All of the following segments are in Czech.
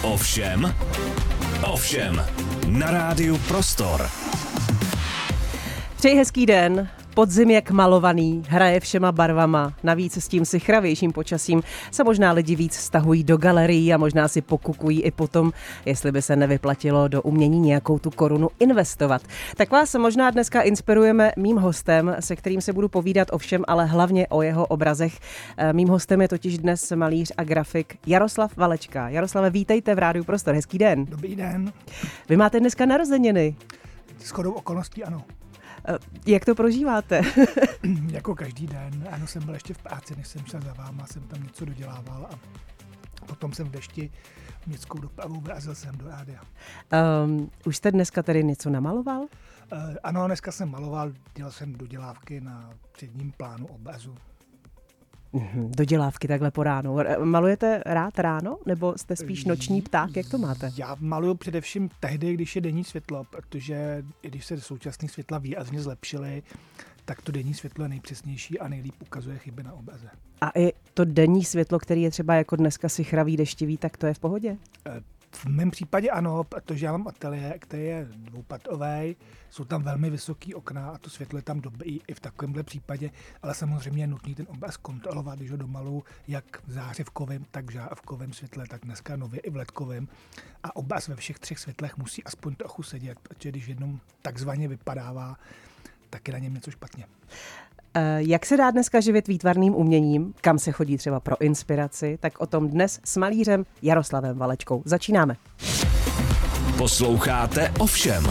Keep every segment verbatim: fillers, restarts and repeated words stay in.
Ovšem, ovšem, na rádiu Prostor. Přeji hezký den. Podzim jak malovaný, hraje všema barvama, navíc s tím sichravějším počasím se možná lidi víc stahují do galerií a možná si pokukují i potom, jestli by se nevyplatilo do umění nějakou tu korunu investovat. Tak vás možná dneska inspirujeme mým hostem, se kterým se budu povídat ovšem, ale hlavně o jeho obrazech. Mým hostem je totiž dnes malíř a grafik Jaroslav Valečka. Jaroslave, vítejte v Rádiu Prostor, hezký den. Dobrý den. Vy máte dneska narozeniny. Shodou okolností ano. Jak to prožíváte? Jako každý den. Ano, jsem byl ještě v práci, než jsem šel za váma, jsem tam něco dodělával a potom jsem v dešti městskou dopravu vrazil jsem do rádia. Um, už jste dneska tedy něco namaloval? Uh, ano, dneska jsem maloval, dělal jsem dodělávky na předním plánu obrazu. Mm-hmm, dodělávky takhle po ránu. Malujete rád ráno, nebo jste spíš noční pták? Jak to máte? Já maluju především tehdy, když je denní světlo, protože i když se současné světla výrazně zlepšily, tak to denní světlo je nejpřesnější a nejlíp ukazuje chyby na obraze. A i to denní světlo, který je třeba jako dneska sichravý, deštivý, tak to je v pohodě? V mém případě ano, protože já mám ateliér, který je dvoupatový, jsou tam velmi vysoké okna a to světlo je tam dobrý i v takovémhle případě, ale samozřejmě je nutný ten obraz kontrolovat, když ho domalu jak v zářivkovém, tak v žárovkovém světle, tak dneska nově i v ledkovém. A obraz ve všech třech světlech musí aspoň trochu sedět, protože když jednou takzvaně vypadává, tak je na něm něco špatně. Jak se dá dneska živit výtvarným uměním, kam se chodí třeba pro inspiraci, tak o tom dnes s malířem Jaroslavem Valečkou. Začínáme. Posloucháte Ovšem.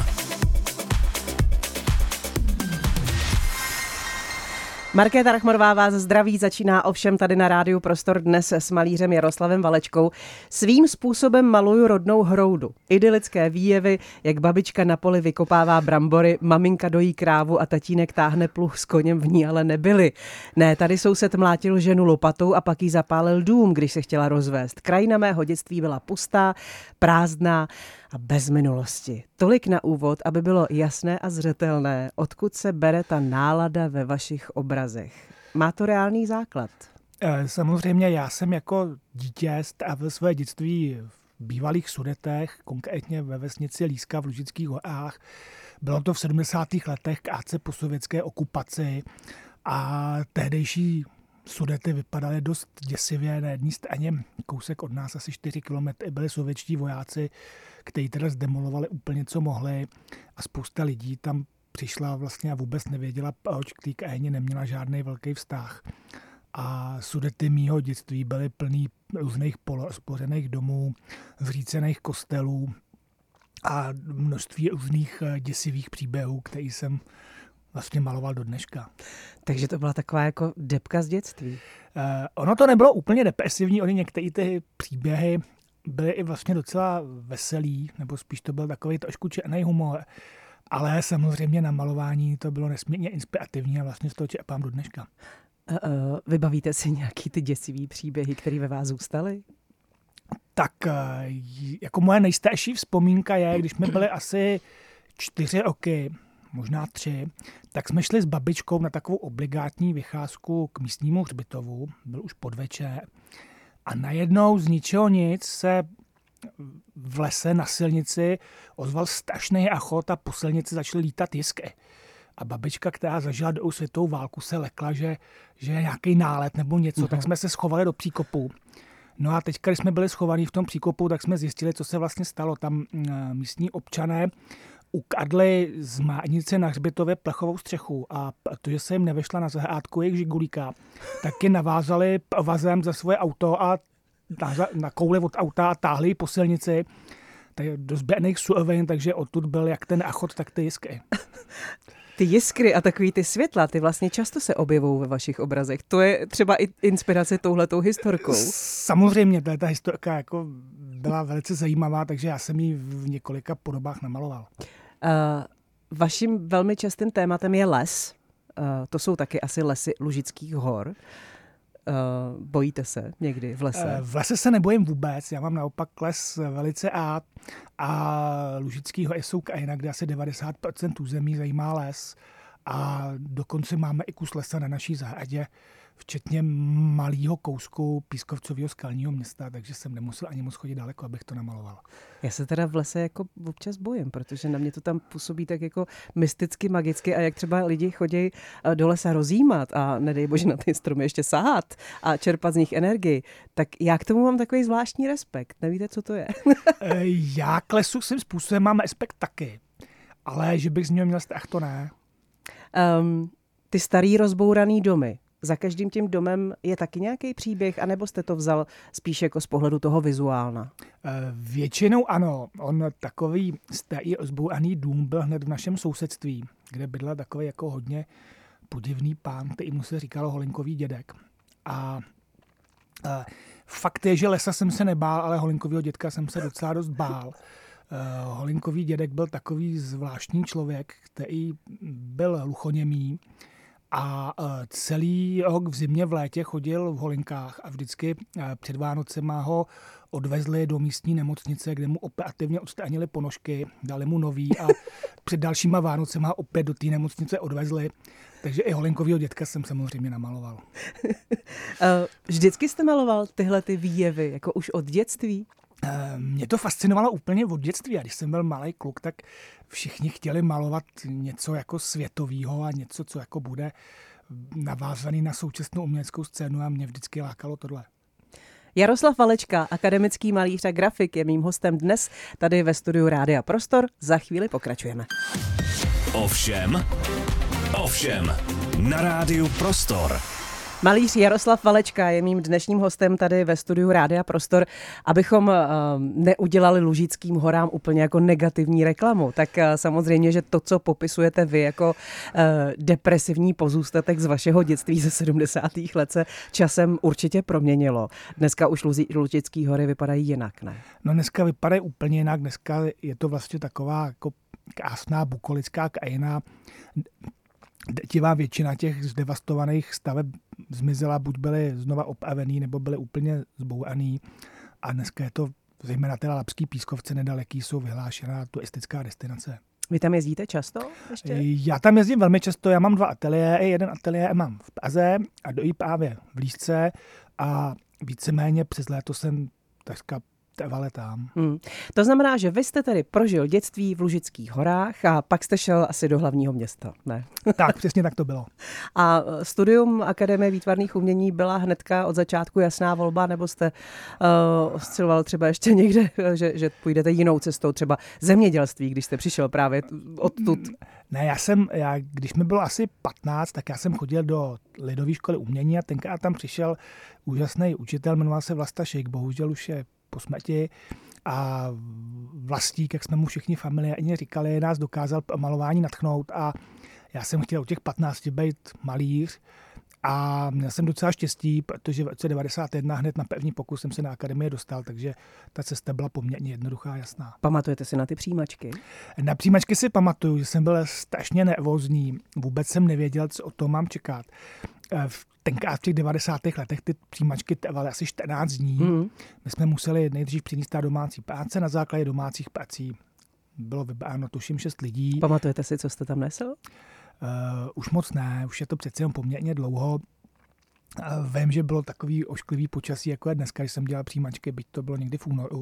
Markéta Rachmorová vás zdraví, začíná Ovšem tady na Rádiu Prostor dnes s malířem Jaroslavem Valečkou. Svým způsobem maluju rodnou hroudu. Idylické výjevy, jak babička na poli vykopává brambory, maminka dojí krávu a tatínek táhne pluh s koněm, v ní ale nebyli. Ne, tady soused mlátil ženu lopatou a pak jí zapálil dům, když se chtěla rozvést. Krajina mého dětství byla pustá, prázdná a bez minulosti. Tolik na úvod, aby bylo jasné a zřetelné, odkud se bere ta nálada ve vašich obrazech. Má to reálný základ? Samozřejmě já jsem jako dítě strávil své dětství v bývalých Sudetech, konkrétně ve vesnici Líska v Lužických horách. Bylo to v sedmdesátých letech krátce po sovětské okupaci a tehdejší Sudety vypadaly dost děsivě. Na jedné straně kousek od nás, asi čtyři kilometry, byli sovětští vojáci, kteří teda zdemolovali úplně, co mohli a spousta lidí tam přišla vlastně a vůbec nevěděla, proč k té krajině neměla žádný velký vztah. A Sudety mýho dětství byly plný různých polorozbořených domů, zřícených kostelů a množství různých děsivých příběhů, který jsem vlastně maloval do dneška. Takže to byla taková jako depka z dětství. Uh, ono to nebylo úplně depresivní, oni některé ty příběhy byly i vlastně docela veselý, nebo spíš to byl takový trošku černý humor, ale samozřejmě na malování to bylo nesmírně inspirativní a vlastně z toho čerpám do dneška. Uh, uh, vybavíte si nějaký ty děsivý příběhy, které ve vás zůstaly? Tak uh, jako moje nejstarší vzpomínka je, když jsme byli asi čtyři roky, možná tři, tak jsme šli s babičkou na takovou obligátní vycházku k místnímu hřbitovu, byl už podvečer a najednou z ničeho nic se v lese na silnici ozval strašný achot a po silnici začaly lítat jiskry. A babička, která zažila druhou světovou válku, se lekla, že, že je nějaký nálet nebo něco, uh-huh. tak jsme se schovali do příkopu. No a teď, když jsme byli schovaní v tom příkopu, tak jsme zjistili, co se vlastně stalo. Tam místní občané ukradli z márnice na hřbitově plechovou střechu a protože se jim nevešla na zahrádku jejich žigulíka, tak je navázali provazem za svoje auto a na, na kouli od auta a táhli po silnici do sběrných surovin, takže odtud byl jak ten achot, tak ty jiskry. Ty jiskry a takový ty světla, ty vlastně často se objevují ve vašich obrazech. To je třeba i inspirace touhletou historkou. Samozřejmě, ta historka jako byla velice zajímavá, takže já jsem ji v několika podobách namaloval. Uh, vaším velmi častým tématem je les. Uh, to jsou taky asi lesy Lužických hor. Uh, bojíte se někdy v lese? V lese se nebojím vůbec, já mám naopak les velice rád a Lužický hory jsou krajina, kde asi devadesát procent území zajímá les a dokonce máme i kus lesa na naší zahradě včetně malého kousku pískovcového skalního města, takže jsem nemusel ani moc chodit daleko, abych to namaloval. Já se teda v lese jako občas bojím, protože na mě to tam působí tak jako mysticky, magicky a jak třeba lidi chodí do lesa rozjímat a nedej bože na ty stromy ještě sahat a čerpat z nich energii, tak já k tomu mám takový zvláštní respekt. Nevíte, co to je? Já k lesu svým způsobem mám respekt taky, ale že bych z něho měl strach, to ne. Um, ty starý rozbouraný domy, za každým tím domem je taky nějaký příběh, anebo jste to vzal spíš jako z pohledu toho vizuálna? Většinou ano. On takový starý rozbouraný dům byl hned v našem sousedství, kde bydlel takový jako hodně podivný pán, který mu se říkalo Holinkový dědek. A, a fakt je, že lesa jsem se nebál, ale Holinkovýho dědka jsem se docela dost bál. Uh, Holinkový dědek byl takový zvláštní člověk, který byl hluchoněmý a uh, celý rok v zimě v létě chodil v holinkách a vždycky uh, před Vánocema ho odvezli do místní nemocnice, kde mu operativně odstranili ponožky, dali mu nový a před dalšíma Vánocema opět do té nemocnice odvezli. Takže i Holinkovýho dědka jsem samozřejmě namaloval. Vždycky jste maloval tyhle ty výjevy, jako už od dětství? Mě to fascinovalo úplně od dětství a když jsem byl malý kluk, tak všichni chtěli malovat něco jako světového a něco, co jako bude navázaný na současnou uměleckou scénu a mě vždycky lákalo tohle. Jaroslav Valečka, akademický malíř a grafik, je mým hostem dnes tady ve studiu Rádia Prostor. Za chvíli pokračujeme. Ovšem, ovšem, na Rádiu Prostor. Malíř Jaroslav Valečka je mým dnešním hostem tady ve studiu Rádia Prostor. Abychom uh, neudělali Lužickým horám úplně jako negativní reklamu, tak uh, samozřejmě, že to, co popisujete vy jako uh, depresivní pozůstatek z vašeho dětství ze sedmdesátých let, se časem určitě proměnilo. Dneska už Lužický hory vypadají jinak, ne? No dneska vypadají úplně jinak. Dneska je to vlastně taková jako krásná bukolická krajina. Drtivá většina těch zdevastovaných staveb zmizela, buď byly znova opravený, nebo byly úplně zbouraný. A dneska je to, zejména teda Lapský Pískovce nedaleký, jsou vyhlášená turistická destinace. Vy tam jezdíte často ještě? Já tam jezdím velmi často, já mám dva ateliéry, jeden ateliér mám v Praze a druhý právě v Líšce a víceméně přes léto jsem takřka trvale tam. Hmm. To znamená, že vy jste tedy prožil dětství v Lužických horách a pak jste šel asi do hlavního města, ne? Tak, přesně tak to bylo. A studium Akademie výtvarných umění byla hnedka od začátku jasná volba, nebo jste uh, osciloval třeba ještě někde, že, že půjdete jinou cestou, třeba zemědělství, když jste přišel právě odtud? Ne, já jsem, já, když mi bylo asi patnáct, tak já jsem chodil do Lidové školy umění a tenkrát tam přišel úžasný učitel, jmenoval se Vlasta Šejk, bohužel už je po smrti a Vlastík, jak jsme mu všichni familiárně říkali, nás dokázal malování nadchnout a já jsem chtěl u těch patnácti být malíř a měl jsem docela štěstí, protože v roce devadesát jedna hned na první pokus jsem se na akademii dostal, takže ta cesta byla poměrně jednoduchá a jasná. Pamatujete si na ty přijímačky? Na přijímačky si pamatuju, že jsem byl strašně nervózní, vůbec jsem nevěděl, co o tom mám čekat. V tenkrát v těch devadesátých letech ty přijímačky trvaly asi čtrnáct dní. Mm. My jsme museli nejdřív přinést domácí práce na základě domácích prací. Bylo vybráno tuším šest lidí. Pamatujete si, co jste tam nesl? Uh, už moc ne, už je to přece jen poměrně dlouho. Uh, vím, že bylo takový ošklivý počasí, jako je dneska, když jsem dělal přijímačky, byť to bylo někdy v únoru.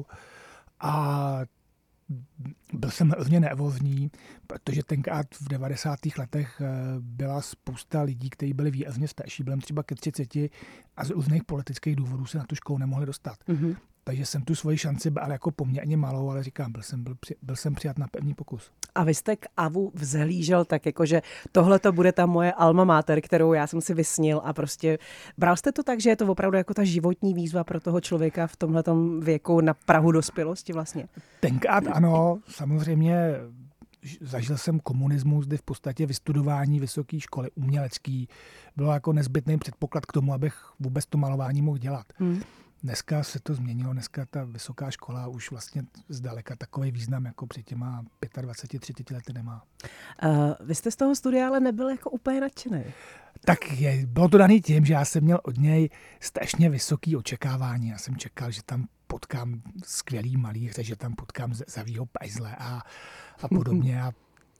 A byl jsem hrozně nervózní, protože tenkrát v devadesátých letech byla spousta lidí, kteří byli výrazně starší, byli třeba ke třiceti a z různých politických důvodů se na tu školu nemohli dostat. Mm-hmm. Takže jsem tu svoji šanci byl jako poměrně malou, ale říkám, byl jsem, byl, při, byl jsem přijat na první pokus. A vy jste k Avu vzhlížel tak jako, že tohle to bude ta moje alma mater, kterou já jsem si vysnil a prostě bral jste to tak, že je to opravdu jako ta životní výzva pro toho člověka v tomhletom věku na prahu dospělosti vlastně? Tenkrát ano, samozřejmě zažil jsem komunismus, kdy v podstatě vystudování vysoké školy umělecký bylo jako nezbytný předpoklad k tomu, abych vůbec to malování mohl dělat. Hmm. Dneska se to změnilo, dneska ta vysoká škola už vlastně zdaleka takový význam jako před těma dvaceti pěti, třiceti lety nemá. Uh, vy jste z toho studia ale nebyl jako úplně nadšený. Tak je, bylo to daný tím, že já jsem měl od něj strašně vysoký očekávání. Já jsem čekal, že tam potkám skvělý malíře, že tam potkám Zavýho Pajzle a, a podobně. A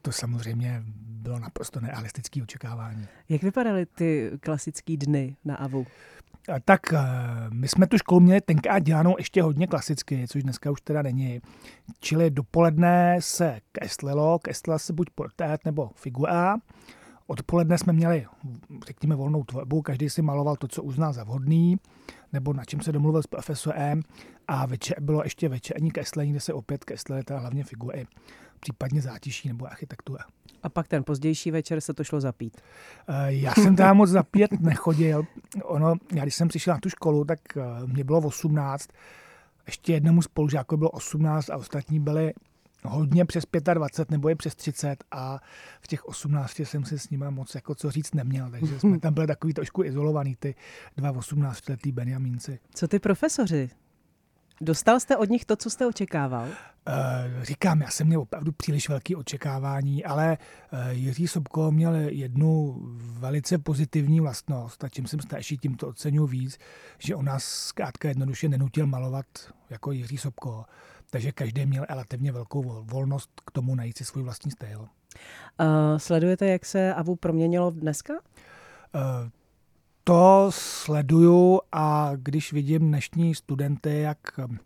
to samozřejmě bylo naprosto nerealistické očekávání. Jak vypadaly ty klasické dny na AVU? Tak my jsme tu školu měli tenkrát dělanou ještě hodně klasicky, což dneska už teda není. Čili dopoledne se kreslilo, kreslila se buď portrét nebo figura. Odpoledne jsme měli, řekněme, volnou tvorbu, každý si maloval to, co uznal za vhodný, nebo na čem se domluvil s profesorem. A večer bylo ještě večerní kreslení, kde se opět kreslily teda hlavně figury, případně zátiší nebo architektura. A pak ten pozdější večer se to šlo zapít. Já jsem tam moc zapít nechodil. Ono, já když jsem přišel na tu školu, tak mě bylo osmnáct. Ještě jednomu spolužákovi bylo osmnáct a ostatní byli hodně přes dvacet pět nebo je přes třicet a v těch osmnácti jsem si s nimi moc jako co říct neměl. Takže jsme tam byli takový trošku izolovaný, ty dva osmnáctiletí Benjamínci. Co ty profesoři? Dostal jste od nich to, co jste očekával? Uh, říkám, já jsem měl opravdu příliš velké očekávání, ale uh, Jiří Sobko měl jednu velice pozitivní vlastnost a čím jsem starší, tím to oceňuji víc, že on nás zkrátka jednoduše nenutil malovat jako Jiří Sobko, takže každý měl relativně velkou volnost k tomu najít si svůj vlastní styl. Uh, sledujete, jak se AVU proměnilo dneska? Uh, To sleduju a když vidím dnešní studenty, jak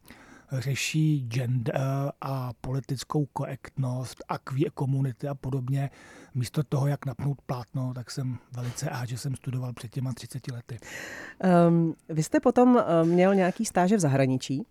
řeší gender a politickou korektnost a queer komunity a podobně, místo toho, jak napnout plátno, tak jsem velice rád, že jsem studoval před těma třiceti lety. Um, vy jste potom měl nějaký stáže v zahraničí?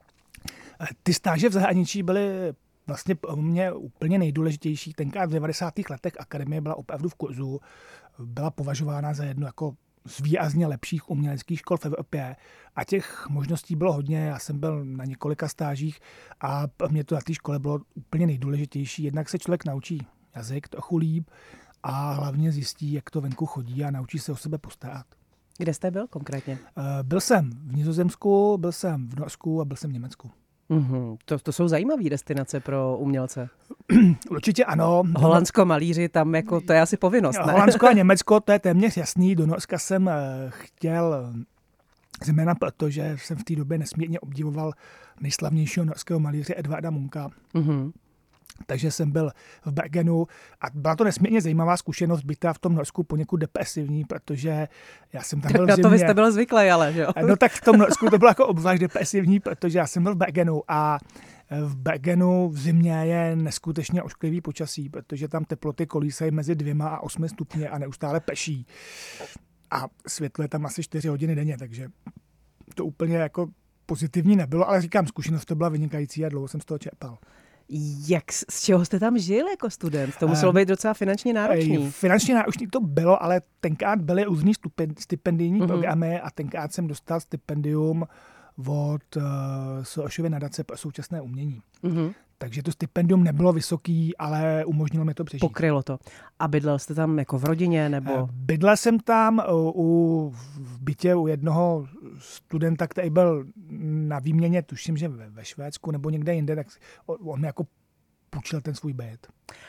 Ty stáže v zahraničí byly vlastně pro mě úplně nejdůležitější. Tenkrát v devadesátých letech akademie byla opravdu v kurzu, byla považována za jednu jako z výrazně lepších uměleckých škol v Evropě a těch možností bylo hodně. Já jsem byl na několika stážích a mě to na té škole bylo úplně nejdůležitější. Jednak se člověk naučí jazyk trochu líp a hlavně zjistí, jak to venku chodí a naučí se o sebe postarat. Kde jste byl konkrétně? Byl jsem v Nizozemsku, byl jsem v Norsku a byl jsem v Německu. Mm-hmm. To, to jsou zajímavé destinace pro umělce. Určitě ano. Holandsko, malíři, tam jako, to je asi povinnost, ne? Holandsko a Německo, to je téměř jasný. Do Norska jsem chtěl zejména proto, že jsem v té době nesmírně obdivoval nejslavnějšího norského malíře Edvarda Munka. Mm-hmm. Takže jsem byl v Bergenu a byla to nesmírně zajímavá zkušenost, být v tom Norsku poněkud depresivní, protože já jsem tam byl v zimě. Na to vy jste byl zvyklý, ale že jo? No tak v tom Norsku to bylo jako obzvlášť depresivní, protože já jsem byl v Bergenu a v Bergenu v zimě je neskutečně ošklivý počasí, protože tam teploty kolísají mezi dvěma a osmi stupně a neustále peší. A světlo je tam asi čtyři hodiny denně, takže to úplně jako pozitivní nebylo, ale říkám, zkušenost to byla vynikající a dlouho jsem z toho čerpal. Jak, z čeho jste tam žil jako student? To muselo být docela finančně náročný. Finančně náročný to bylo, ale tenkrát byly různý stipendijní mm-hmm. programy a tenkrát jsem dostal stipendium od uh, Sorosovy nadace pro současné umění. Mm-hmm. Takže to stipendium nebylo vysoký, ale umožnilo mi to přežít. Pokrylo to. A bydlel jste tam jako v rodině? Nebo? Bydlel jsem tam u, u, v bytě u jednoho studenta, který byl na výměně, tuším, že ve, ve Švédsku nebo někde jinde, tak on mi jako půjčil ten svůj byt.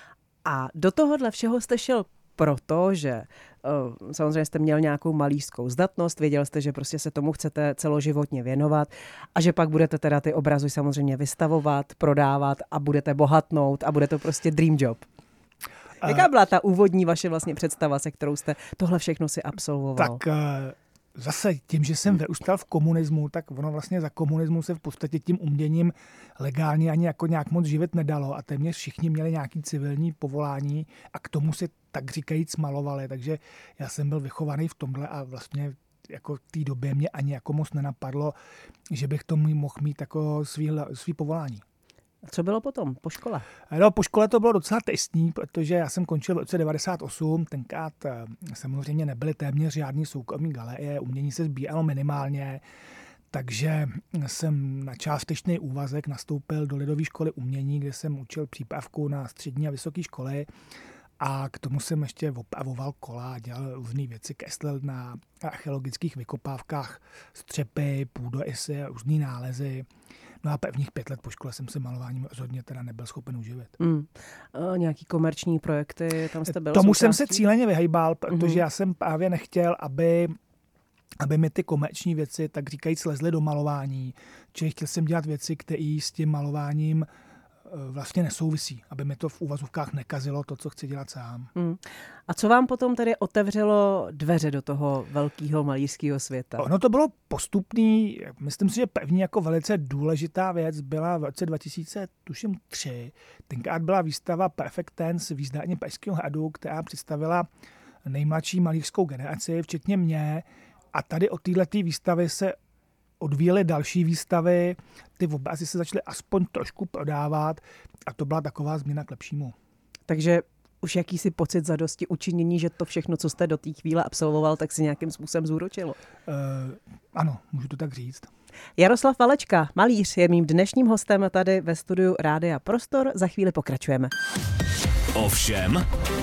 A do tohohle všeho jste šel proto, že uh, samozřejmě jste měl nějakou malířskou zdatnost, věděl jste, že prostě se tomu chcete celoživotně věnovat a že pak budete teda ty obrazy samozřejmě vystavovat, prodávat a budete bohatnout a bude to prostě dream job. Uh, Jaká byla ta úvodní vaše vlastně představa, se kterou jste tohle všechno si absolvoval? Tak uh, zase tím, že jsem vyrůstal v komunismu, tak ono vlastně za komunismu se v podstatě tím uměním legálně ani jako nějak moc živit nedalo a téměř všichni měli nějaký civilní povolání a k tomu si tak říkajíc malovali, takže já jsem byl vychovaný v tomhle a vlastně jako v té době mě ani jako moc nenapadlo, že bych tomu mohl mít jako svý, svý povolání. A co bylo potom, po škole? No, po škole to bylo docela tristní, protože já jsem končil v roce devadesát osm, tenkrát samozřejmě nebyly téměř žádný soukromý galerie, umění se sbíralo minimálně, takže jsem na částečný úvazek nastoupil do Lidové školy umění, kde jsem učil přípravku na střední a vysoké školy a k tomu jsem ještě opravoval kola, dělal různé věci, kreslil na archeologických vykopávkách střepy, půdorysy, různý nálezy. No a prvních pět let po škole jsem se malováním rozhodně teda nebyl schopen uživit. Mm. A nějaký komerční projekty, tam jste byl Tomu součástí? jsem se cíleně vyhejbal, protože mm-hmm. já jsem právě nechtěl, aby, aby mi ty komerční věci, tak říkajíc, slezly do malování. Čili chtěl jsem dělat věci, které s tím malováním vlastně nesouvisí, aby mi to v úvazovkách nekazilo to, co chci dělat sám. Hmm. A co vám potom tedy otevřelo dveře do toho velkého malířského světa? Ono to bylo postupný, myslím si, že první jako velice důležitá věc byla v roce dva tisíce tři. Tenkrát byla výstava Perfect Tense v jízdárně Pražského hradu, která představila nejmladší malířskou generaci, včetně mě. A tady od této výstavy se odvíjely další výstavy, ty obrazy se začaly aspoň trošku prodávat a to byla taková změna k lepšímu. Takže už jakýsi pocit zadosti učinění, že to všechno, co jste do té chvíle absolvoval, tak si nějakým způsobem zúročilo? Uh, ano, můžu to tak říct. Jaroslav Valečka, malíř, je mým dnešním hostem tady ve studiu Rádia Prostor. Za chvíli pokračujeme. Ovšem,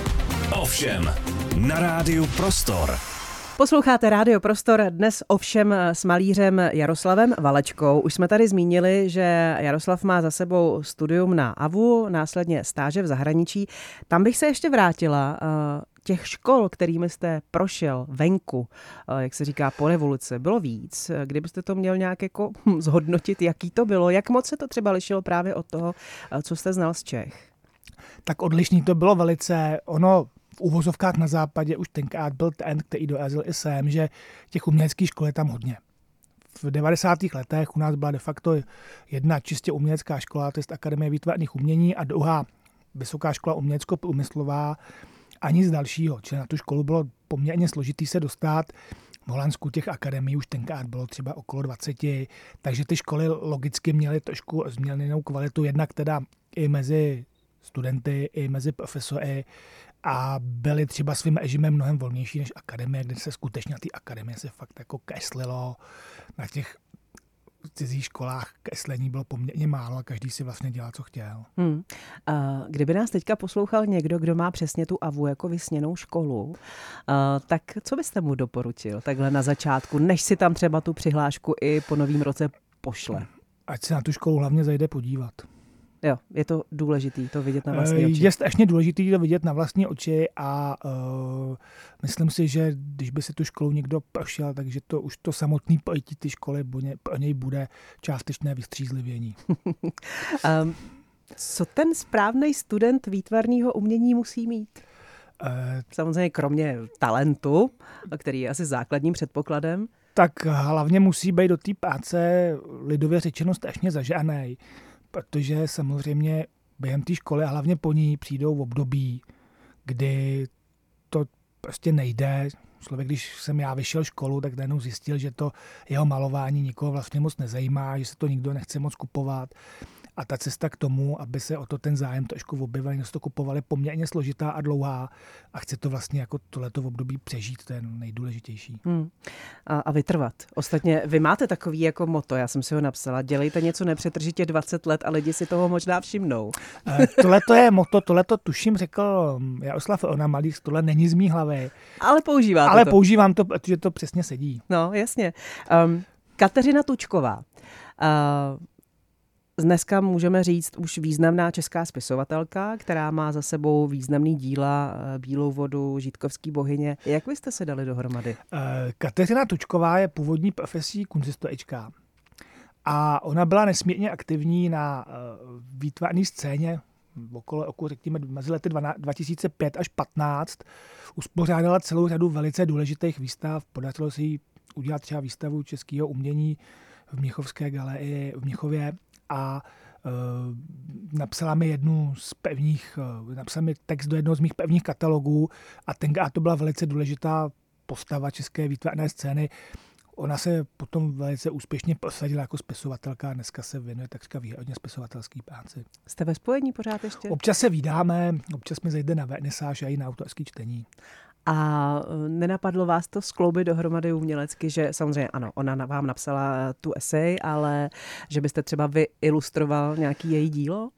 ovšem, na Rádiu Prostor. Posloucháte Rádio Prostor, dnes ovšem s malířem Jaroslavem Valečkou. Už jsme tady zmínili, že Jaroslav má za sebou studium na A V U, následně stáže v zahraničí. Tam bych se ještě vrátila. Těch škol, kterými jste prošel venku, jak se říká, po revoluci, bylo víc. Kdybyste to měl nějak jako zhodnotit, jaký to bylo, jak moc se to třeba lišilo právě od toho, co jste znal z Čech? Tak odlišný to bylo velice. Ono v uvozovkách na západě už tenkrát byl trend, který dorazil i sem, že těch uměleckých škol je tam hodně. V devadesátých letech u nás byla de facto jedna čistě umělecká škola, to je Akademie výtvarných umění, a druhá Vysoká škola umělecko-průmyslová a nic dalšího. Čili na tu školu bylo poměrně složitý se dostat. V Holandsku těch akademií už tenkrát bylo třeba okolo dvacet, takže ty školy logicky měly trošku změněnou kvalitu, jednak teda i mezi studenty, i mezi profesory, a byly třeba svým režimem mnohem volnější než akademie, kde se skutečně na té akademie se fakt jako kreslilo. Na těch cizích školách kreslení bylo poměrně málo a každý si vlastně dělal, co chtěl. Hmm. A kdyby nás teďka poslouchal někdo, kdo má přesně tu A V U jako vysněnou školu, a, tak co byste mu doporučil takhle na začátku, než si tam třeba tu přihlášku i po novém roce pošle? Ať se na tu školu hlavně zajde podívat. Jo, je to důležitý to vidět na vlastní oči. Je strašně důležitý to vidět na vlastní oči a uh, myslím si, že když by si tu školu někdo prošel, takže to už to samotný pojetí ty školy pro něj bude částečné vystřízlivění. um, co ten správný student výtvarného umění musí mít? Uh, Samozřejmě kromě talentu, který je asi základním předpokladem. Tak hlavně musí být do té práce lidově řečeno strašně zažánej. Protože samozřejmě během té školy a hlavně po ní přijdou v období, kdy to prostě nejde. Člověk, když jsem já vyšel školu, tak najednou zjistil, že to jeho malování nikoho vlastně moc nezajímá, že se to nikdo nechce moc kupovat. A ta cesta k tomu, aby se o to ten zájem trošku objevil, se to kupovali, poměrně složitá a dlouhá a chce to vlastně jako tohleto období přežít, to je nejdůležitější. Hmm. A, a vytrvat. Ostatně vy máte takový jako moto, já jsem si ho napsala, dělejte něco nepřetržitě dvacet let a lidi si toho možná všimnou. Tohleto je moto, tohleto tuším řekl Jaroslav Ona malíř, tohle není z mý hlavy. Ale používáte Ale to. používám to, protože to přesně sedí. No, jasně. Um, Kateřina Tučková. Uh, Dneska můžeme říct už významná česká spisovatelka, která má za sebou významný díla Bílou vodu, Žítkovský bohyně. Jak vy jste se dali dohromady? Kateřina Tučková je původní profesí kunsthistorička. A ona byla nesmírně aktivní na výtvarné scéně okolo roku, řekněme, mezi lety dva tisíce pět až patnáct. Uspořádala celou řadu velice důležitých výstav. Podařilo se jí udělat třeba výstavu českého umění v Mnichovské galerii v Mnichově. A uh, napsala mi jednu z pevních, uh, napsala mi text do jednoho z mých pevních katalogů a tenkrát to byla velice důležitá postava české výtvarné scény. Ona se potom velice úspěšně prosadila jako spisovatelka a dneska se věnuje takřka výhradně spisovatelský práci. Jste ve spojení pořád ještě? Občas se vídáme, občas mi zajde na vernisáž a i na autorský čtení. A nenapadlo vás to skloubit dohromady umělecky, že samozřejmě ano, ona vám napsala tu esej, ale že byste třeba vy ilustroval nějaký její dílo?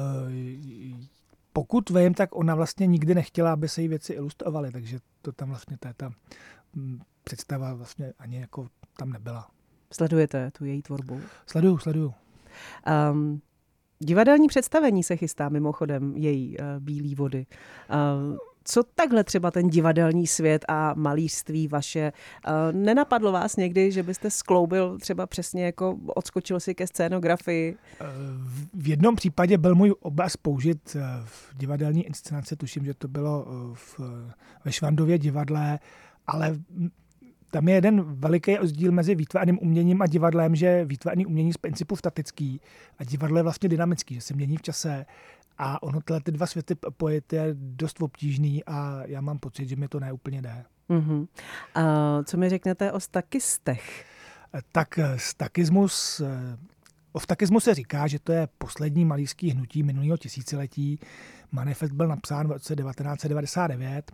Uh, pokud vím, tak ona vlastně nikdy nechtěla, aby se jí věci ilustrovaly, takže to tam vlastně ta, ta představa vlastně ani jako tam nebyla. Sledujete tu její tvorbu? Sleduju, sleduju. Um, divadelní představení se chystá mimochodem její uh, Bílý vody. Uh, co takhle třeba ten divadelní svět a malířství vaše? Nenapadlo vás někdy, že byste skloubil třeba přesně jako odskočil si ke scénografii? V jednom případě byl můj obraz použit v divadelní inscenaci, tuším, že to bylo v, ve Švandově divadle, ale tam je jeden veliký rozdíl mezi výtvarným uměním a divadlem, že výtvarný umění z principu statický a divadlo je vlastně dynamický, že se mění v čase a ono tyhle ty dva světy pojit je dost obtížný a já mám pocit, že mi to neúplně jde. Uh-huh. A co mi řeknete o stakistech? Tak stakismus, o stakismu se říká, že to je poslední malířský hnutí minulého tisíciletí. Manifest byl napsán v roce devatenáct set devadesát devět.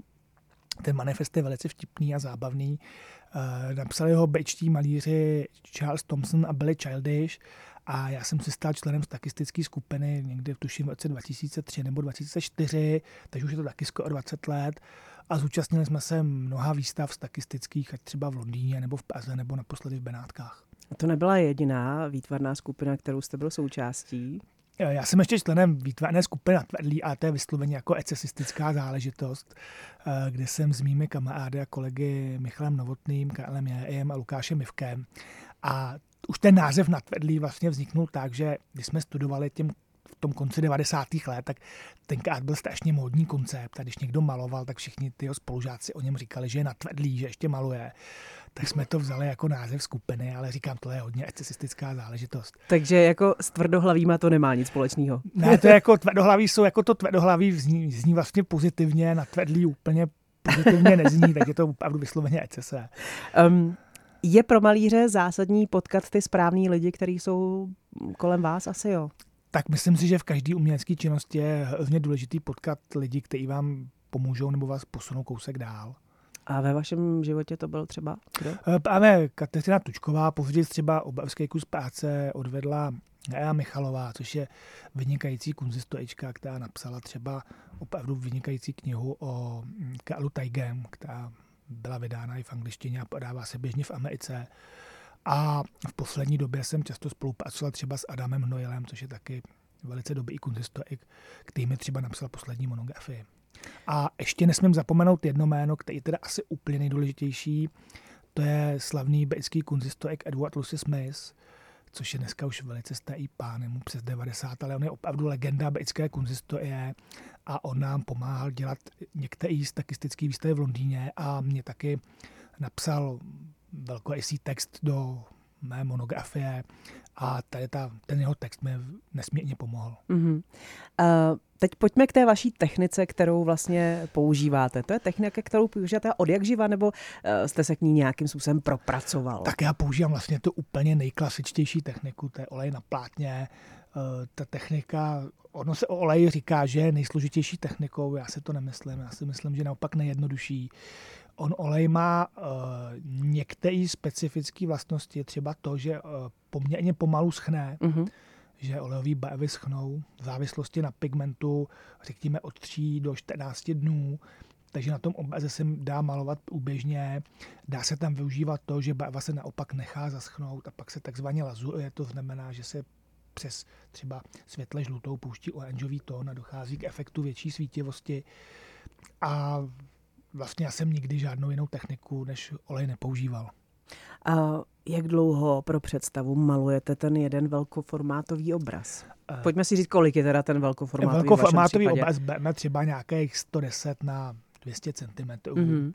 Ten manifest je velice vtipný a zábavný. Napsali ho bečtí malíři Charles Thompson a Billy Childish a já jsem se stal členem stakistické skupiny někdy v tuším v roce dva tisíce tři nebo dva tisíce čtyři, takže už je to taky skoro dvacet let a zúčastnili jsme se mnoha výstav stakistických, ať třeba v Londýně nebo v Praze nebo naposledy v Benátkách. A to nebyla jediná výtvarná skupina, kterou jste byl součástí? Já jsem ještě členem výtvarné skupiny Natvrdlí a to je vysloveně jako ecesistická záležitost, kde jsem s mými kamarády a kolegy Michalem Novotným, Karlem Jajem a Lukášem Mivkem. A už ten název Natvrdlí vlastně vzniknul tak, že když jsme studovali těm v tom konci devadesátých let, tak tenkrát byl strašně módní koncept a když někdo maloval, tak všichni ty spolužáci o něm říkali, že je natvrdlý, že ještě maluje. Tak jsme to vzali jako název skupiny, ale říkám, to je hodně ecesistická záležitost. Takže jako s tvrdohlavýma to nemá nic společného. Ne, to je jako tvrdohlaví jsou jako to tvrdohlaví zní, zní vlastně pozitivně, natvrdlý úplně pozitivně nezní, takže to opravdu vysloveně ecese. Um, je pro malíře zásadní potkat ty správný lidi, kteří jsou kolem vás asi, jo? Tak myslím si, že v každé umělecké činnosti je hrozně důležitý potkat lidi, kteří vám pomůžou nebo vás posunou kousek dál. A ve vašem životě to byl třeba kdo? Právě Kateřina Tučková, později třeba obrovský kus práce odvedla Ea Michalová, což je vynikající kunzistorička, která napsala třeba opravdu vynikající knihu o Karlu Taigem, která byla vydána i v angličtině a podává se běžně v Americe. A v poslední době jsem často spolupracoval třeba s Adamem Hnojilem, což je taky velice dobrý kunzistorik, který mi třeba napsal poslední monografii. A ještě nesmím zapomenout jedno jméno, který je teda asi úplně nejdůležitější. To je slavný britský kunzistorik Edward Lucy Smith, což je dneska už velice starý pán, mu přes devadesát, ale on je opravdu legenda britské kunzistorie a on nám pomáhal dělat některé stakistické výstavy v Londýně a mě taky napsal velkorysý text do mé monografie a tady ta, ten jeho text mi nesmírně pomohl. Mm-hmm. Uh, teď pojďme k té vaší technice, kterou vlastně používáte. To je technika, kterou používáte od jak živa, nebo uh, jste se k ní nějakým způsobem propracoval? Tak já používám vlastně tu úplně nejklasičtější techniku, to je olej na plátně. Uh, ta technika, ono se o oleji říká, že je nejsložitější technikou, já si to nemyslím, já si myslím, že naopak nejjednodušší. On olej má uh, některé specifické vlastnosti, třeba to, že uh, poměrně pomalu schne, mm-hmm. že olejové barvy schnou v závislosti na pigmentu, řekněme od tří do čtrnácti dnů, takže na tom obraze se dá malovat průběžně, dá se tam využívat to, že barva se naopak nechá zaschnout a pak se takzvaně lazuruje, to znamená, že se přes třeba světle žlutou pouští oranžový tón a dochází k efektu větší svítivosti a vlastně já jsem nikdy žádnou jinou techniku než olej nepoužíval. A jak dlouho pro představu malujete ten jeden velkoformátový obraz? Pojďme si říct, kolik je teda ten velkoformátový, velkoformátový obraz bereme třeba nějakých sto deset na dvě stě centimetrů. Mm-hmm.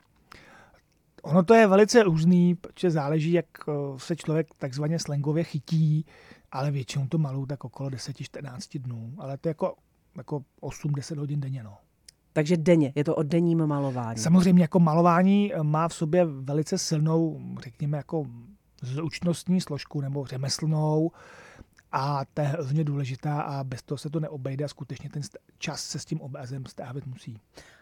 Ono to je velice různý, protože záleží, jak se člověk takzvaně slangově chytí, ale většinou to maluju tak okolo deset až čtrnáct dnů, ale to je jako, jako osm deset hodin denně, no. Takže denně, je to o denním malování. Samozřejmě jako malování má v sobě velice silnou, řekněme, jako zručnostní složku nebo řemeslnou a to je hrozně důležitá a bez toho se to neobejde a skutečně ten čas se s tím obrazem strávit musí.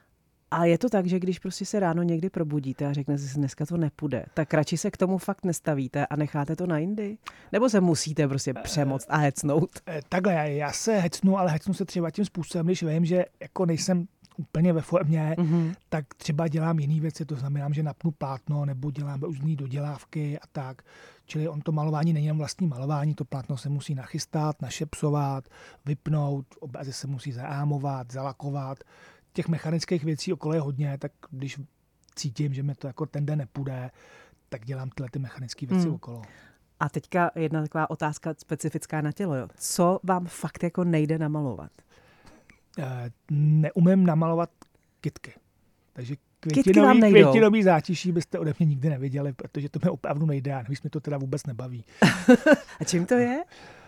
A je to tak, že když prostě se ráno někdy probudíte a řeknete si, dneska to nepůjde, tak radši se k tomu fakt nestavíte a necháte to na jindy? Nebo se musíte prostě přemoct a hecnout? Takhle, já se hecnu, ale hecnu se třeba tím způsobem, když vím, že jako nejsem úplně ve formě, mm-hmm. tak třeba dělám jiné věci, to znamená, že napnu plátno nebo dělám různé dodělávky a tak. Čili on to malování není jen vlastní malování, to plátno se musí nachystat, našepsovat, vypnout, obrazy se musí zaámovat, zalakovat. těch mechanických věcí okolo je hodně, tak když cítím, že mi to jako ten den nepůjde, tak dělám tyhle ty mechanické věci hmm. okolo. A teďka jedna taková otázka specifická na tělo. Jo. Co vám fakt jako nejde namalovat? E, neumím namalovat kytky. Takže Kytky vám nejdou. Květinový zátiší byste ode mě nikdy neviděli, protože to mi opravdu nejde a navíc mi to teda vůbec nebaví. A čím to je?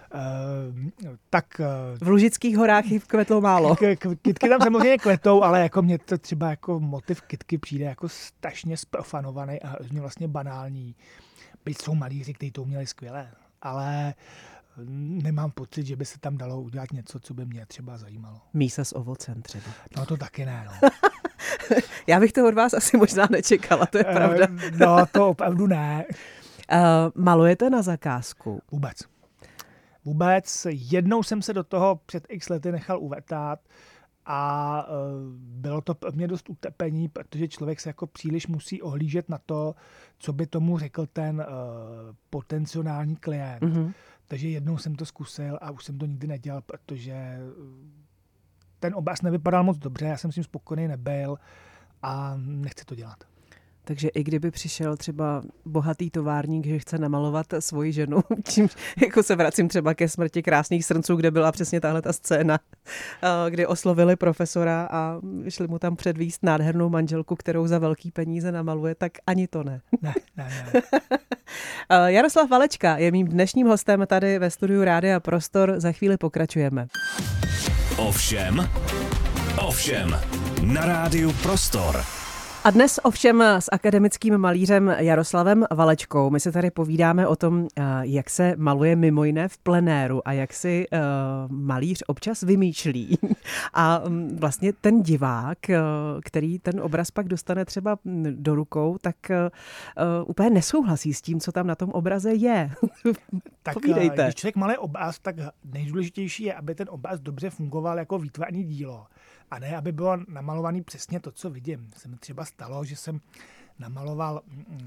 Uh, tak... Uh, v Lužických horách kvetou málo. K, k, kytky tam samozřejmě kvetou, ale jako mě to třeba jako motiv kytky přijde jako strašně sprofanovaný a hrozně vlastně banální. Byť jsou malíři, kteří to uměli skvěle, ale nemám pocit, že by se tam dalo udělat něco, co by mě třeba zajímalo. Mísa s ovocem třeba. No to taky ne, no. Já bych to od vás asi možná nečekala, to je pravda. No to opravdu ne. Uh, malujete na zakázku? Vůbec. Vůbec. Jednou jsem se do toho před x lety nechal uvetat a uh, bylo to pro mě dost utepení, protože člověk se jako příliš musí ohlížet na to, co by tomu řekl ten uh, potenciální klient. Mm-hmm. Takže jednou jsem to zkusil a už jsem to nikdy nedělal, protože ten obraz nevypadal moc dobře, já jsem s tím spokojený nebyl a nechci to dělat. Takže i kdyby přišel třeba bohatý továrník, že chce namalovat svoji ženu, čím jako se vracím třeba ke Smrti krásných srnců, kde byla přesně tahle ta scéna, kdy oslovili profesora a šli mu tam předvíst nádhernou manželku, kterou za velký peníze namaluje, tak ani to ne. Ne, ne, ne. Jaroslav Valečka je mým dnešním hostem tady ve studiu Rádia Prostor. Za chvíli pokračujeme. Ovšem, ovšem, na Rádiu Prostor. A dnes ovšem s akademickým malířem Jaroslavem Valečkou. My se tady povídáme o tom, jak se maluje mimo jiné v plenéru a jak si uh, malíř občas vymýšlí. A vlastně ten divák, který ten obraz pak dostane třeba do rukou, tak uh, úplně nesouhlasí s tím, co tam na tom obraze je. Tak Povídejte. Když člověk maluje obraz, tak nejdůležitější je, aby ten obraz dobře fungoval jako výtvarné dílo. A ne, aby bylo namalovaný přesně to, co vidím. Se mi třeba stalo, že jsem namaloval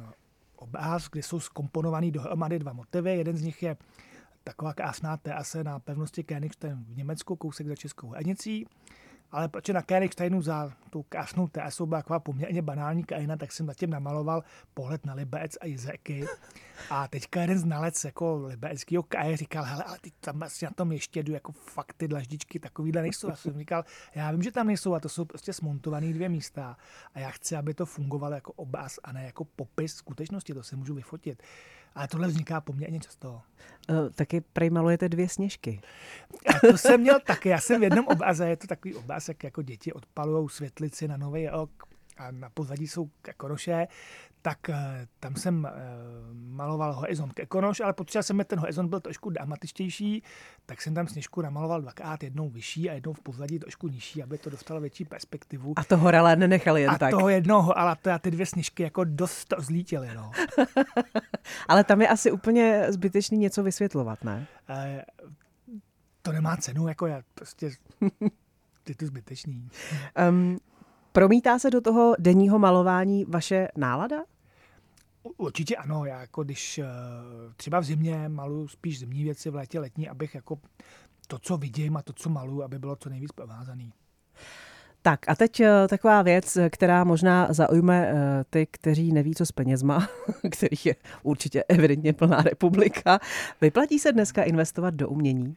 obraz, kde jsou zkomponovaný dohromady dva motivy. Jeden z nich je taková krásná terase na pevnosti Königstein v Německu, kousek za Českou hranicí. Ale protože na Königsteinu za tou krásnou terasou byla taková poměrně banální krajina, tak jsem zatím namaloval pohled na Liberec a Jizerky. A teďka jeden znalec jako libereckého kraje říkal, hele, ale ty tam asi na tom ještě jdu, jako fakt ty dlaždičky takovýhle nejsou. Já jsem říkal, já vím, že tam nejsou a to jsou prostě smontované dvě místa. A já chci, aby to fungovalo jako obraz a ne jako popis skutečnosti, to si můžu vyfotit. Ale tohle vzniká poměrně často. Uh, taky prej malujete dvě sněžky. A to jsem měl taky. Já jsem v jednom obraze, je to takový obraz, jak jako děti odpalujou světlici na Nový rok a na pozadí jsou kekonoše, tak uh, tam jsem uh, maloval horizont kekonoš, ale potřeba jsem, ten horizont byl trošku dramatičtější, tak jsem tam sněžku namaloval dvakrát, jednou vyšší a jednou v pozadí trošku nižší, aby to dostalo větší perspektivu. A toho ale nenechali jen a tak. A toho jednoho, ale to, ty dvě sněžky jako dost zlítily, no. Ale tam je asi úplně zbytečný něco vysvětlovat, ne? Uh, to nemá cenu, jako já prostě je to zbytečný. Um, Promítá se do toho denního malování vaše nálada? Určitě ano. Já jako když třeba v zimě maluju spíš zimní věci, v létě letní, abych jako to, co vidím a to, co maluju, aby bylo co nejvíc provázaný. Tak a teď taková věc, která možná zaujme ty, kteří neví, co s penězma, kterých je určitě evidentně plná republika. Vyplatí se dneska investovat do umění?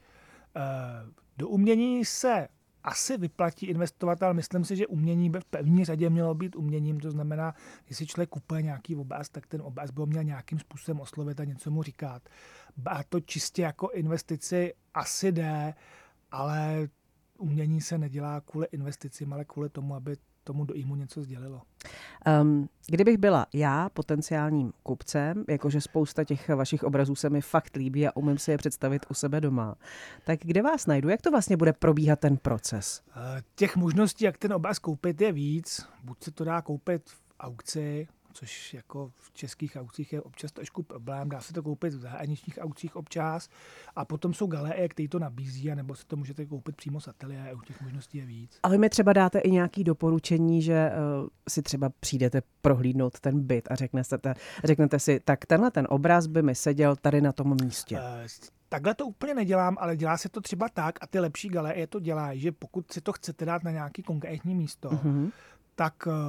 Do umění se asi vyplatí investovat, ale myslím si, že umění by v první řadě mělo být uměním. To znamená, když si člověk kupuje nějaký obraz, tak ten obraz by ho měl nějakým způsobem oslovit a něco mu říkat. A to čistě jako investici asi jde, ale umění se nedělá kvůli investicím, ale kvůli tomu, aby tomu dojímu něco sdělilo. Um, kdybych byla já potenciálním kupcem, jakože spousta těch vašich obrazů se mi fakt líbí a umím si je představit u sebe doma, tak kde vás najdu? Jak to vlastně bude probíhat ten proces? Těch možností, jak ten obraz koupit, je víc. Buď se to dá koupit v aukci, což jako v českých aukcích je občas trošku problém. Dá se to koupit v zahraničních aukcích občas. A potom jsou galerie, které to nabízí, anebo si to můžete koupit přímo z ateliéru. Těch možností je víc. A vy mi třeba dáte i nějaké doporučení, že uh, si třeba přijdete prohlídnout ten byt a řeknete, řeknete si, tak tenhle ten obraz by mi seděl tady na tom místě. Uh, takhle to úplně nedělám, ale dělá se to třeba tak a ty lepší galerie to dělají, že pokud si to chcete dát na nějaký konkrétní místo, mm-hmm. tak uh,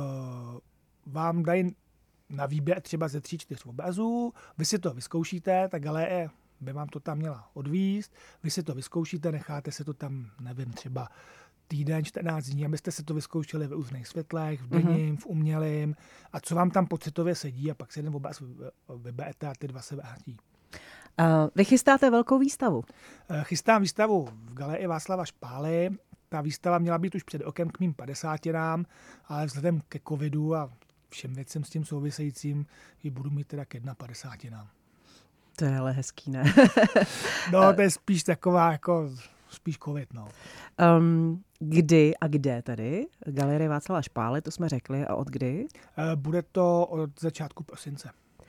vám dají na výběr třeba ze tří, čtyř obrazů, vy si to vyzkoušíte, ta galerie by vám to tam měla odvízt, vy si to vyzkoušíte, necháte se to tam, nevím, třeba týden, čtrnáct dní, abyste se to vyzkoušeli v různých světlech, v denním, mm-hmm. v umělém a co vám tam pocitově sedí a pak si jeden obraz vyberete a ty dva se vrátí. Uh, vy chystáte velkou výstavu? Chystám výstavu v galerii Václava Špály. Ta výstava měla být už před okem k mým padesátinám, ale vzhledem ke covidu a všem věcem s tím souvisejícím ji budu mít teda k padesátinám. To je ale hezký, ne? No, to je spíš taková jako spíš covid, no. Um, kdy a kde tady? Galerie Václava Špály, to jsme řekli. A od kdy? Bude to od začátku prosince.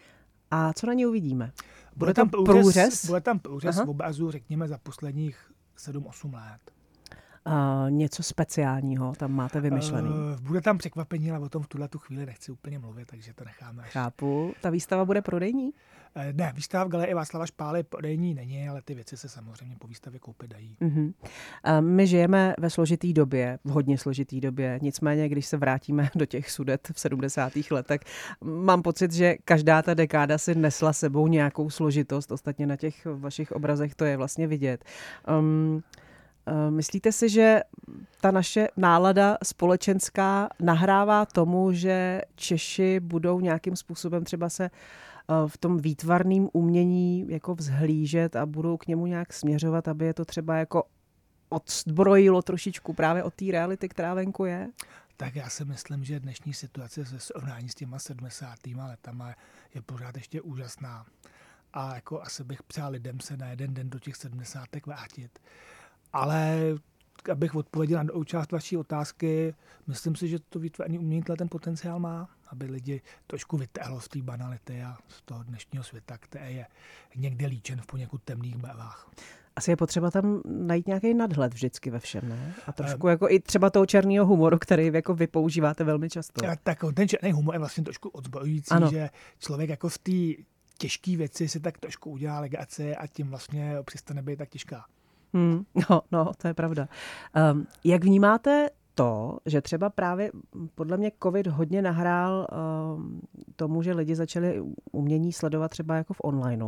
A co na ní uvidíme? Bude, bude tam průřez? průřez? Bude tam průřez v obrazu, řekněme, za posledních sedm osm let. Uh, něco speciálního tam máte vymyšlený? Uh, bude tam překvapení, ale o tom v tuhle tu chvíli nechci úplně mluvit, takže to necháme až. Chápu. Ta výstava bude prodejní? Uh, ne, výstava v galerii Václava Špály prodejní není, ale ty věci se samozřejmě po výstavě koupit dají. Uh-huh. Uh, my žijeme ve složitý době, v hodně složitý době, nicméně, když se vrátíme do těch Sudet v sedmdesátých letech, mám pocit, že každá ta dekáda si nesla sebou nějakou složitost, ostatně na těch vašich obrazech to je vlastně vidět. Um, Myslíte si, že ta naše nálada společenská nahrává tomu, že Češi budou nějakým způsobem třeba se v tom výtvarném umění jako vzhlížet a budou k němu nějak směřovat, aby je to třeba jako odzbrojilo trošičku právě od té reality, která venku je? Tak já si myslím, že dnešní situace se srovnání s těma sedmdesátýma letama je pořád ještě úžasná. A jako asi bych přál lidem se na jeden den do těch sedmdesátek vrátit. Ale abych odpověděl na část vaší otázky, myslím si, že to výtvarné umění ten potenciál má, aby lidi trošku vytáhlo z té banality a z toho dnešního světa, který je někde líčen v poněkud temných barvách. Asi je potřeba tam najít nějaký nadhled vždycky ve všem, ne? A trošku um, jako i třeba toho černého humoru, který jako vy používáte velmi často. Tak ten černý humor je vlastně trošku odzbrojující, že člověk jako v té těžké věci si tak trošku udělá legraci a tím vlastně přestane být tak těžká. Hmm, no, no, to je pravda. Um, jak vnímáte to, že třeba právě podle mě covid hodně nahrál um, tomu, že lidi začali umění sledovat třeba jako v onlineu.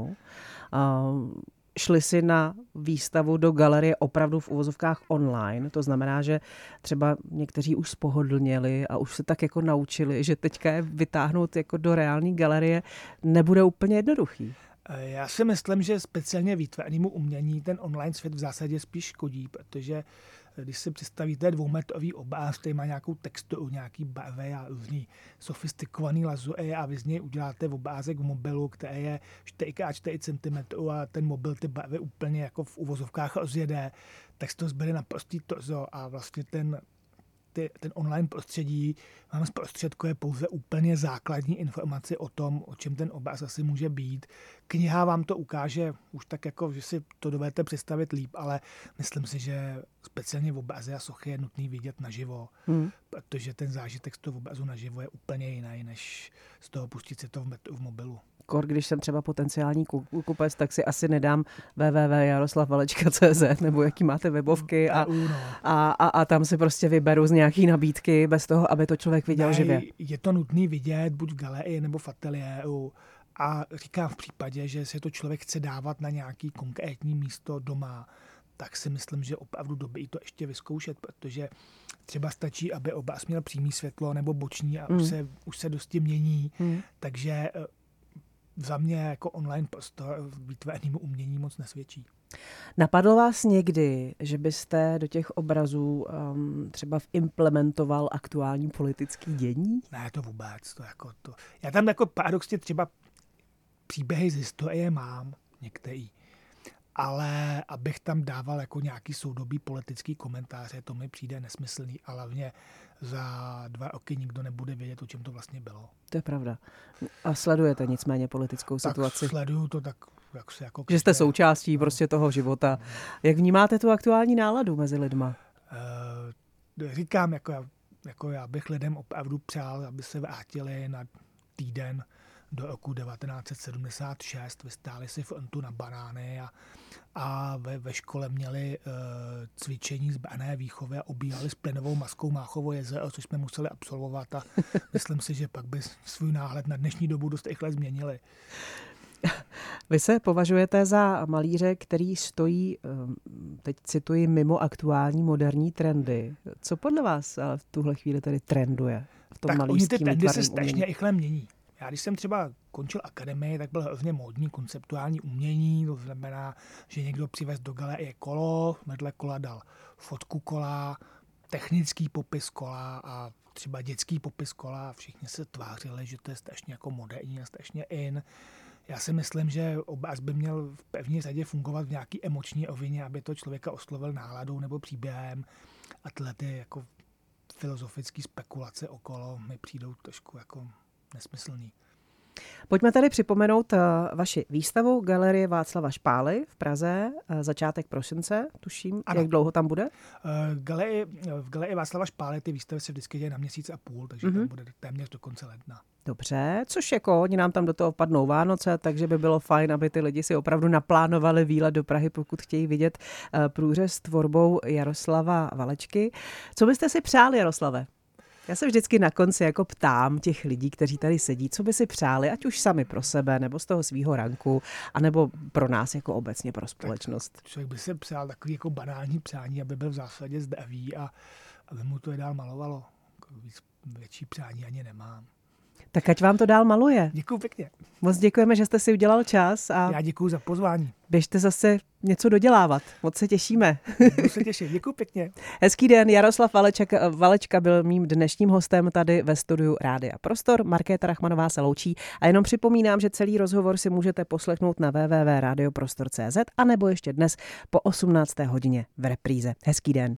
Um, šli si na výstavu do galerie opravdu v uvozovkách online. To znamená, že třeba někteří už spohodlněli a už se tak jako naučili, že teďka je vytáhnout jako do reální galerie nebude úplně jednoduchý. Já si myslím, že speciálně výtvarnému umění ten online svět v zásadě spíš škodí, protože když si představíte dvoumetrový obraz, který má nějakou texturu, nějaký barvy a různý sofistikovaný lazury a vy z něj uděláte obrázek v mobilu, který je čtyři krát čtyři centimetry a ten mobil ty barvy úplně jako v uvozovkách rozjede, tak se to zbere na prostý torzo a vlastně ten Ty, ten online prostředí vám zprostředkuje pouze úplně základní informaci o tom, o čem ten obraz asi může být. Kniha vám to ukáže už tak jako, že si to dovedete představit líp, ale myslím si, že speciálně v obrazy a sochy je nutný vidět naživo, hmm. protože ten zážitek z toho obrazu naživo je úplně jiný, než z toho pustit si to v, v mobilu. Kor, když jsem třeba potenciální kupec, tak si asi nedám w w w tečka jaroslav valečka tečka c z nebo jaký máte webovky a, a, a, a tam si prostě vyberu z nějaký nabídky bez toho, aby to člověk viděl ne, živě. Je to nutný vidět buď v galerii nebo v ateliéru a říkám v případě, že se to člověk chce dávat na nějaký konkrétní místo doma, tak si myslím, že opravdu dobrý to ještě vyzkoušet, protože třeba stačí, aby obraz měl přímý světlo nebo boční a mm. už, se, už se dosti mění, mm. takže za mě jako online prostor výtvarnému umění moc nesvědčí. Napadlo vás někdy, že byste do těch obrazů um, třeba implementoval aktuální politický dění? Ne, to vůbec. To jako to. Já tam jako paradoxně třeba příběhy z historie mám některý, ale abych tam dával jako nějaký soudobý politický komentáře, to mi přijde nesmyslný a hlavně za dva roky nikdo nebude vědět, o čem to vlastně bylo. To je pravda. A sledujete nicméně politickou tak situaci? Sleduju to tak, jak se jako... Že jste součástí no. prostě toho života. Jak vnímáte tu aktuální náladu mezi lidma? Uh, říkám, jako já, jako já bych lidem opravdu přál, aby se vrátili na týden do roku devatenáct set sedmdesát šest, vystáli si frontu na banány a, a ve, ve škole měli uh, cvičení z branné výchovy a obíhali s plynovou maskou Máchovo jezero, což jsme museli absolvovat a myslím si, že pak by svůj náhled na dnešní dobu dost rychle změnili. Vy se považujete za malíře, který stojí, teď cituji, mimo aktuální moderní trendy. Co podle vás v tuhle chvíli tedy trenduje v tom tak malířském oni ty trendy se umění? strašně rychle mění. Já když jsem třeba končil akademii, tak byl hrozně módní konceptuální umění, to znamená, že někdo přivez do galerie kolo, vedle kola dal fotku kola, technický popis kola a třeba dětský popis kola a všichni se tvářili, že to je strašně jako moderní a strašně in. Já si myslím, že obraz by měl v první řadě fungovat v nějaký emoční rovině, aby to člověka oslovil náladou nebo příběhem. A tyhle ty jako filozofické spekulace okolo mi přijdou trošku jako nesmyslný. Pojďme tady připomenout vaši výstavu Galerie Václava Špály v Praze, začátek prosince, tuším. Ano. Jak dlouho tam bude? Galerie, v Galerii Václava Špály ty výstavy se vždycky dějí na měsíc a půl, takže mm-hmm. tam bude téměř do konce ledna. Dobře, což jako oni nám tam do toho vpadnou Vánoce, takže by bylo fajn, aby ty lidi si opravdu naplánovali výlet do Prahy, pokud chtějí vidět průřez tvorbou Jaroslava Valečky. Co byste si přáli, Jaroslave? Já se vždycky na konci jako ptám těch lidí, kteří tady sedí, co by si přáli, ať už sami pro sebe, nebo z toho svýho ranku, anebo pro nás jako obecně pro společnost. Tak člověk by si přál takový jako banální přání, aby byl v zásadě zdravý a aby mu to je dál malovalo. Víc, větší přání ani nemám. Tak ať vám to dál maluje. Děkuju pěkně. Moc děkujeme, že jste si udělal čas. A já děkuju za pozvání. Běžte zase něco dodělávat. Moc se těšíme. Budu se těšit. Děkuju pěkně. Hezký den. Jaroslav Valeček, Valečka byl mým dnešním hostem tady ve studiu Rádia Prostor. Markéta Rachmanová se loučí. A jenom připomínám, že celý rozhovor si můžete poslechnout na w w w tečka radioprostor tečka c z a nebo ještě dnes po osmnácté hodině v repríze. Hezký den.